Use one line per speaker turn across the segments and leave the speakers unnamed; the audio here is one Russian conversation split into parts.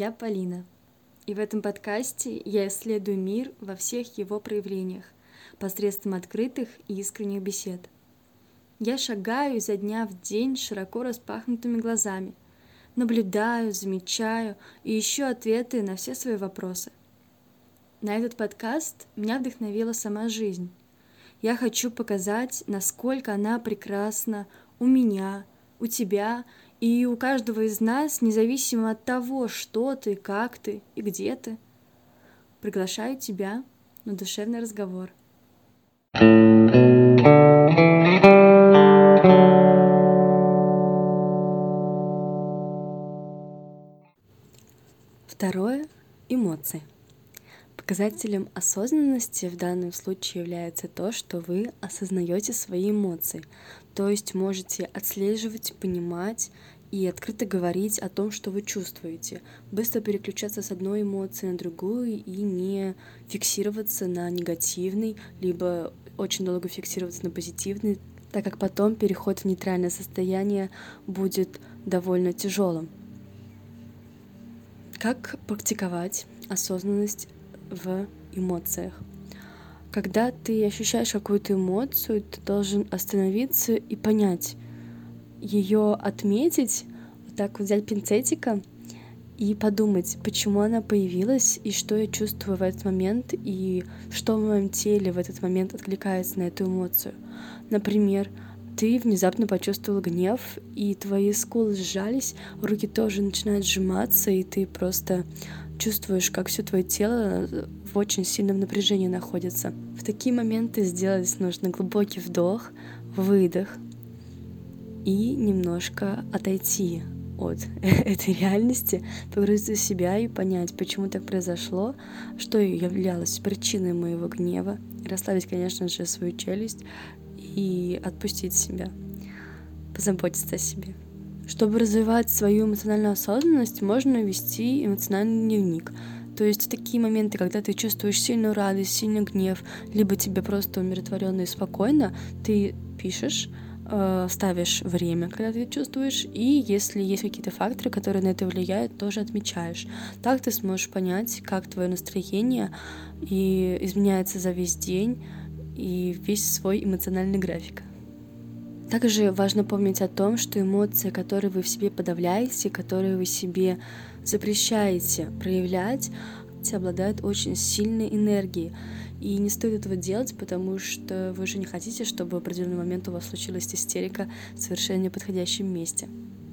я Полина, и в этом подкасте я исследую мир во всех его проявлениях посредством открытых и искренних бесед. Я шагаю изо дня в день широко распахнутыми глазами, наблюдаю, замечаю и ищу ответы на все свои вопросы. На этот подкаст меня вдохновила сама жизнь. Я хочу показать, насколько она прекрасна у меня, у тебя и у каждого из нас, независимо от того, что ты, как ты и где ты. Приглашаю тебя на душевный разговор. Второе — эмоции. Показателем осознанности в данном случае является то, что вы осознаете свои эмоции, то есть можете отслеживать, понимать и открыто говорить о том, что вы чувствуете, быстро переключаться с одной эмоции на другую и не фиксироваться на негативной, либо очень долго фиксироваться на позитивной, так как потом переход в нейтральное состояние будет довольно тяжелым. Как практиковать осознанность в эмоциях? Когда ты ощущаешь какую-то эмоцию, ты должен остановиться и понять, ее отметить, вот так вот взять пинцетиком и подумать, почему она появилась и что я чувствую в этот момент и что в моем теле в этот момент откликается на эту эмоцию. Например, ты внезапно почувствовал гнев, и твои скулы сжались, руки тоже начинают сжиматься, и ты просто чувствуешь, как все твое тело в очень сильном напряжении находится. В такие моменты сделать нужно глубокий вдох, выдох и немножко отойти от этой реальности, погрузиться в себя и понять, почему так произошло, что являлось причиной моего гнева, расслабить, конечно же, свою челюсть и отпустить себя, позаботиться о себе. Чтобы развивать свою эмоциональную осознанность, можно вести эмоциональный дневник. То есть в такие моменты, когда ты чувствуешь сильную радость, сильный гнев, либо тебе просто умиротворенно и спокойно, ты пишешь, ставишь время, когда ты чувствуешь, и если есть какие-то факторы, которые на это влияют, тоже отмечаешь. Так ты сможешь понять, как твое настроение и изменяется за весь день и весь свой эмоциональный график. Также важно помнить о том, что эмоции, которые вы в себе подавляете, которые вы себе запрещаете проявлять, обладают очень сильной энергией. И не стоит этого делать, потому что вы же не хотите, чтобы в определенный момент у вас случилась истерика в совершенно неподходящем месте.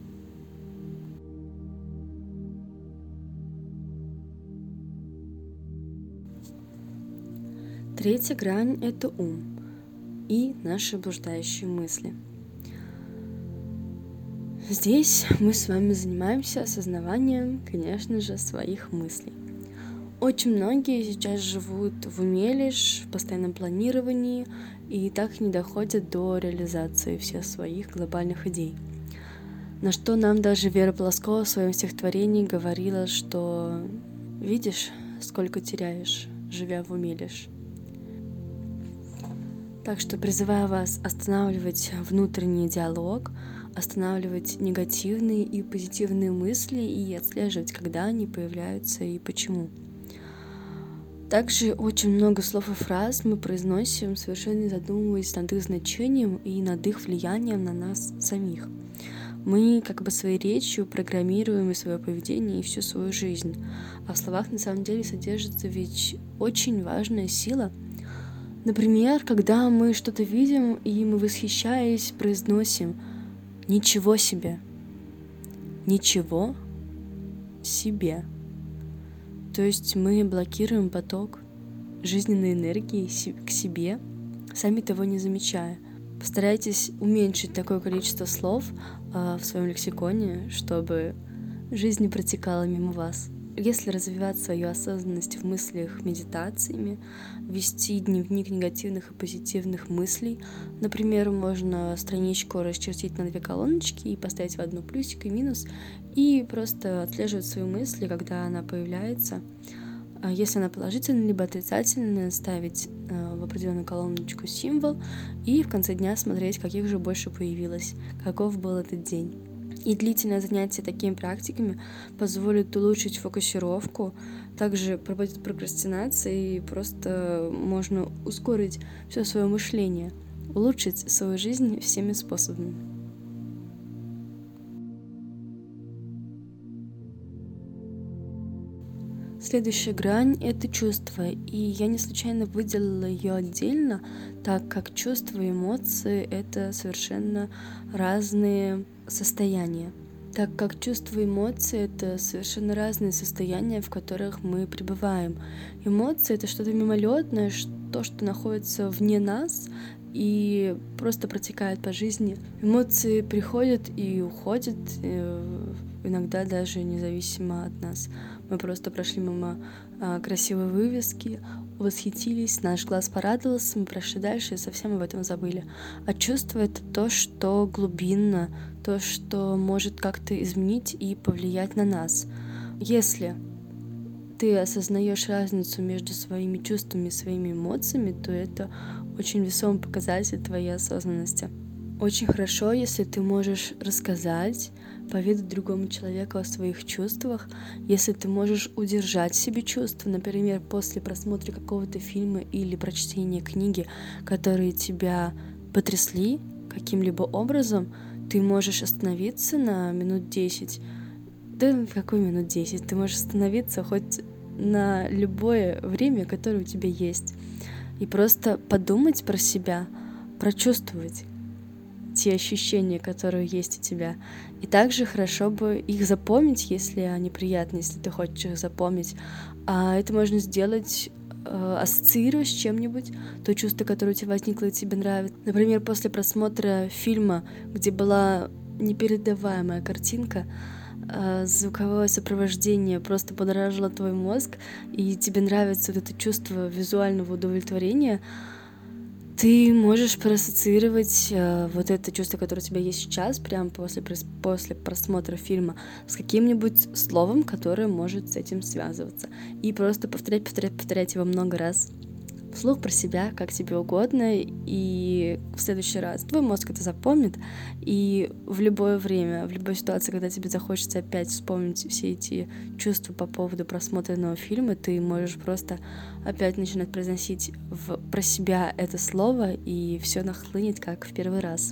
Третья грань — это ум и наши блуждающие мысли. Здесь мы с вами занимаемся осознаванием, конечно же, своих мыслей. Очень многие сейчас живут в уме лишь, в постоянном планировании и так не доходят до реализации всех своих глобальных идей. На что нам даже Вера Полоскова в своем стихотворении говорила, что «видишь, сколько теряешь, живя в уме лишь». Так что призываю вас останавливать внутренний диалог, останавливать негативные и позитивные мысли и отслеживать, когда они появляются и почему. Также очень много слов и фраз мы произносим, совершенно не задумываясь над их значением и над их влиянием на нас самих. Мы как бы своей речью программируем и свое поведение, и всю свою жизнь. А в словах на самом деле содержится ведь очень важная сила. Например, когда мы что-то видим, и мы, восхищаясь, произносим «ничего себе», «ничего себе». То есть мы блокируем поток жизненной энергии к себе, сами того не замечая. Постарайтесь уменьшить такое количество слов в своем лексиконе, чтобы жизнь не протекала мимо вас. Если развивать свою осознанность в мыслях медитациями, вести дневник негативных и позитивных мыслей, например, можно страничку расчертить на 2 колоночки и поставить в одну плюсик и минус, и просто отслеживать свои мысли, когда она появляется. Если она положительная либо отрицательная, ставить в определенную колоночку символ и в конце дня смотреть, каких же больше появилось, каков был этот день. И длительное занятие такими практиками позволит улучшить фокусировку, также пропадет прокрастинация и просто можно ускорить все свое мышление, улучшить свою жизнь всеми способами. Следующая грань — это чувство, и я не случайно выделила ее отдельно, так как чувства и эмоции — это совершенно разные состояния. Так как чувства и эмоции — это совершенно разные состояния, в которых мы пребываем. Эмоции — это что-то мимолетное, то, что находится вне нас и просто протекает по жизни. Эмоции приходят и уходят, иногда даже независимо от нас. Мы просто прошли мимо красивой вывески, восхитились, наш глаз порадовался, мы прошли дальше и совсем об этом забыли. А чувство — это то, что глубинно, то, что может как-то изменить и повлиять на нас. Если ты осознаешь разницу между своими чувствами и своими эмоциями, то это очень весомый показатель твоей осознанности. Очень хорошо, если ты можешь рассказать, поведать другому человеку о своих чувствах, если ты можешь удержать в себе чувства, например, после просмотра какого-то фильма или прочтения книги, которые тебя потрясли каким-либо образом, ты можешь остановиться на минут 10. Да какой минут 10? Ты можешь остановиться хоть на любое время, которое у тебя есть, и просто подумать про себя, прочувствовать те ощущения, которые есть у тебя. И также хорошо бы их запомнить, если они приятны, если ты хочешь их запомнить. А это можно сделать, ассоциируя с чем-нибудь, то чувство, которое у тебя возникло и тебе нравится. Например, после просмотра фильма, где была непередаваемая картинка, звуковое сопровождение просто подоражило твой мозг, и тебе нравится вот это чувство визуального удовлетворения, ты можешь проассоциировать вот это чувство, которое у тебя есть сейчас, прямо после просмотра фильма, с каким-нибудь словом, которое может с этим связываться. И просто повторять его много раз. Вслух про себя, как тебе угодно, и в следующий раз твой мозг это запомнит, и в любое время, в любой ситуации, когда тебе захочется опять вспомнить все эти чувства по поводу просмотренного фильма, ты можешь просто опять начинать произносить про себя это слово, и все нахлынет, как в первый раз.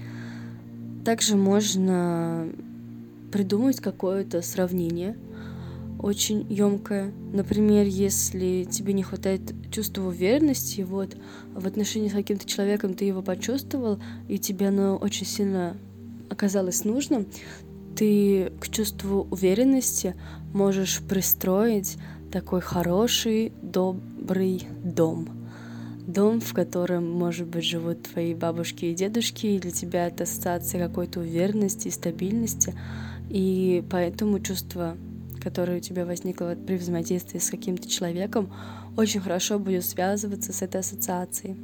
Также можно придумать какое-то сравнение, очень ёмкое. Например, если тебе не хватает чувства уверенности, вот в отношении с каким-то человеком ты его почувствовал, и тебе оно очень сильно оказалось нужным, ты к чувству уверенности можешь пристроить такой хороший, добрый дом. Дом, в котором, может быть, живут твои бабушки и дедушки, и для тебя это ассоциация какой-то уверенности и стабильности. И поэтому чувство, которое у тебя возникло при взаимодействии с каким-то человеком, очень хорошо будет связываться с этой ассоциацией.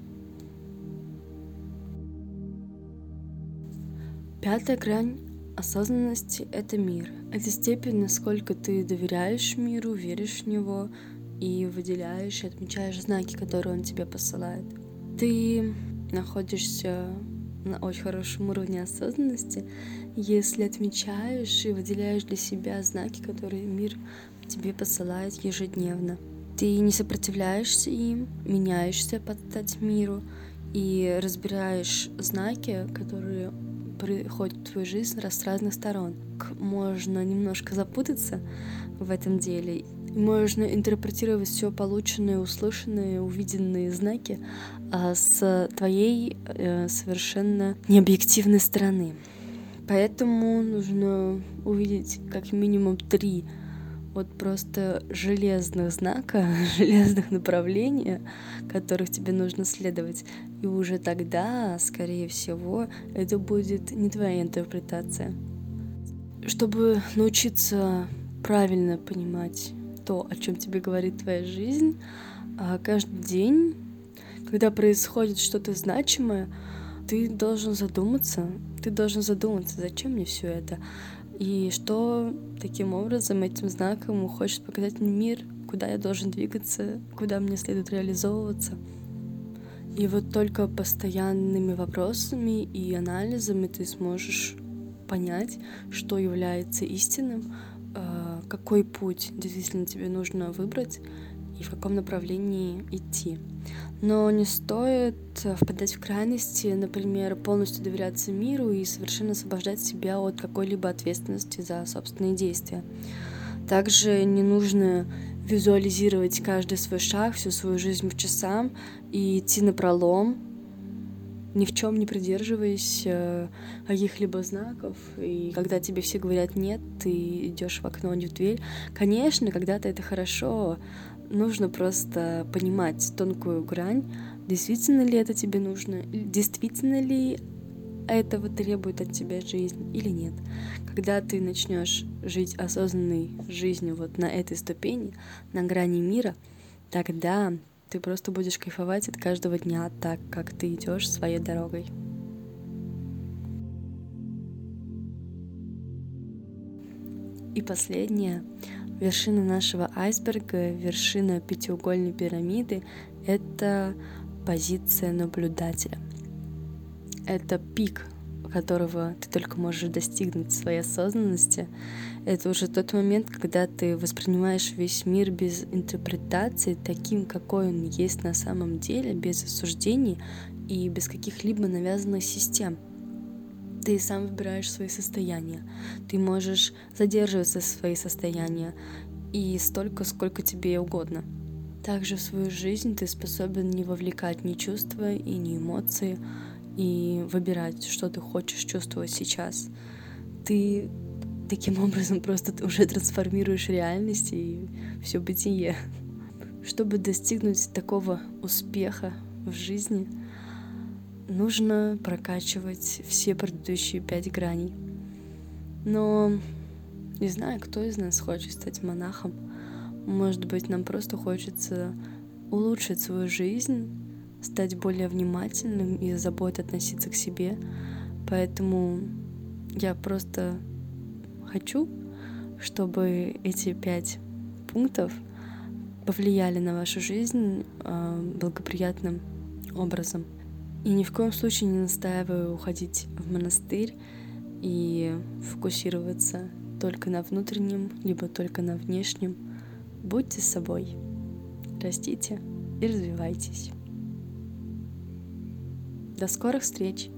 5-я грань осознанности — это мир. Это степень, насколько ты доверяешь миру, веришь в него и выделяешь и отмечаешь знаки, которые он тебе посылает. Ты находишься на очень хорошем уровне осознанности, если отмечаешь и выделяешь для себя знаки, которые мир тебе посылает ежедневно. Ты не сопротивляешься им, меняешься под стать миру и разбираешь знаки, которые приходят в твою жизнь с разных сторон. Можно немножко запутаться в этом деле. Можно интерпретировать все полученные, услышанные, увиденные знаки с твоей совершенно необъективной стороны. Поэтому нужно увидеть как минимум 3 вот просто железных знака, железных направления, которых тебе нужно следовать. И уже тогда, скорее всего, это будет не твоя интерпретация. Чтобы научиться правильно понимать то, о чем тебе говорит твоя жизнь, каждый день, когда происходит что-то значимое, ты должен задуматься, зачем мне все это, и что таким образом, этим знаком хочет показать мне мир, куда я должен двигаться, куда мне следует реализовываться. И вот только постоянными вопросами и анализами ты сможешь понять, что является истинным, какой путь действительно тебе нужно выбрать и в каком направлении идти. Но не стоит впадать в крайности, например, полностью доверяться миру и совершенно освобождать себя от какой-либо ответственности за собственные действия. Также не нужно визуализировать каждый свой шаг, всю свою жизнь по часам и идти напролом, ни в чем не придерживаясь каких-либо знаков. И когда тебе все говорят «нет», ты идешь в окно, не в дверь. Конечно, когда-то это хорошо. Нужно просто понимать тонкую грань, действительно ли это тебе нужно, действительно ли этого требует от тебя жизнь или нет. Когда ты начнешь жить осознанной жизнью вот на этой ступени, на грани мира, тогда ты просто будешь кайфовать от каждого дня так, как ты идешь своей дорогой. И последнее. Вершина нашего айсберга, вершина пятиугольной пирамиды — это позиция наблюдателя. Это пик, которого ты только можешь достигнуть в своей осознанности. Это уже тот момент, когда ты воспринимаешь весь мир без интерпретации, таким, какой он есть на самом деле, без осуждений и без каких-либо навязанных систем. Ты сам выбираешь свои состояния. Ты можешь задерживаться в свои состояния и столько, сколько тебе угодно. Также в свою жизнь ты способен не вовлекать ни чувства и ни эмоции, и выбирать, что ты хочешь чувствовать сейчас. Ты таким образом просто уже трансформируешь реальность и все бытие. Чтобы достигнуть такого успеха в жизни, нужно прокачивать все предыдущие 5 граней. Но не знаю, кто из нас хочет стать монахом. Может быть, нам просто хочется улучшить свою жизнь, стать более внимательным и заботой относиться к себе. Поэтому я просто хочу, чтобы эти 5 пунктов повлияли на вашу жизнь благоприятным образом. И ни в коем случае не настаиваю уходить в монастырь и фокусироваться только на внутреннем, либо только на внешнем. Будьте собой, растите и развивайтесь. До скорых встреч!